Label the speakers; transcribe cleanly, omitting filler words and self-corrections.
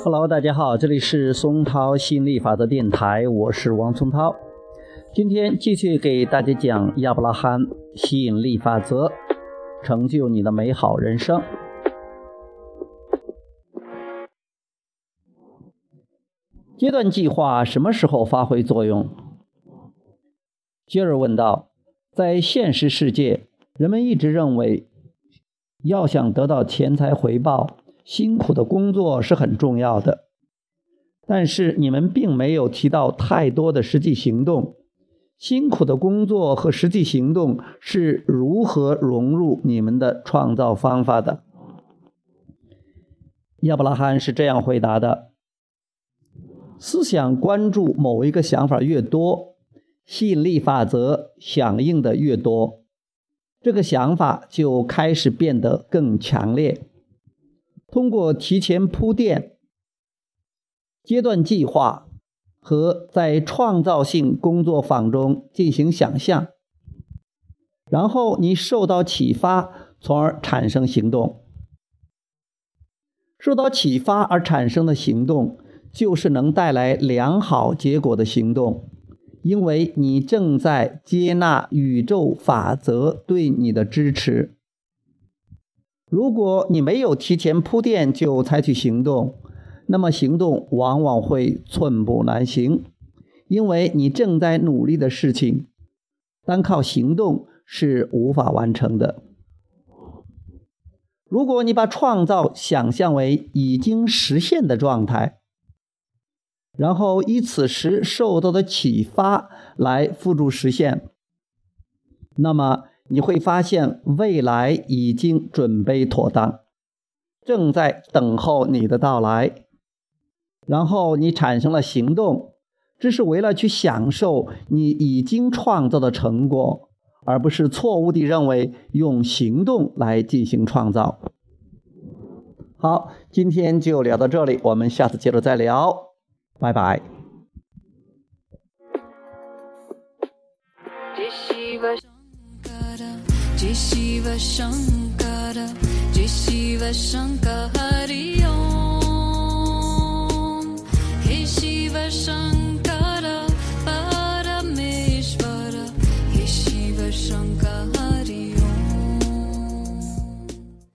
Speaker 1: Hello， 大家好，这里是松涛吸引力法则电台，我是王松涛。今天继续给大家讲亚伯拉罕吸引力法则，成就你的美好人生。阶段计划什么时候发挥作用？杰尔问道。在现实世界，人们一直认为要想得到钱财回报，辛苦的工作是很重要的，但是你们并没有提到太多的实际行动。辛苦的工作和实际行动是如何融入你们的创造方法的？亚伯拉罕是这样回答的：思想关注某一个想法越多，吸引力法则响应的越多，这个想法就开始变得更强烈。通过提前铺垫、阶段计划和在创造性工作坊中进行想象，然后你受到启发，从而产生行动。受到启发而产生的行动，就是能带来良好结果的行动，因为你正在接纳宇宙法则对你的支持。如果你没有提前铺垫就采取行动，那么行动往往会寸步难行，因为你正在努力的事情，单靠行动是无法完成的。如果你把创造想象为已经实现的状态，然后以此时受到的启发来付诸实现，那么你会发现未来已经准备妥当，正在等候你的到来。然后你产生了行动，这是为了去享受你已经创造的成果，而不是错误地认为用行动来进行创造。好，今天就聊到这里，我们下次接着再聊，拜拜。
Speaker 2: Jai Shiva Shankara, Jai Shiva Shankara, Jai Shiva Shankara.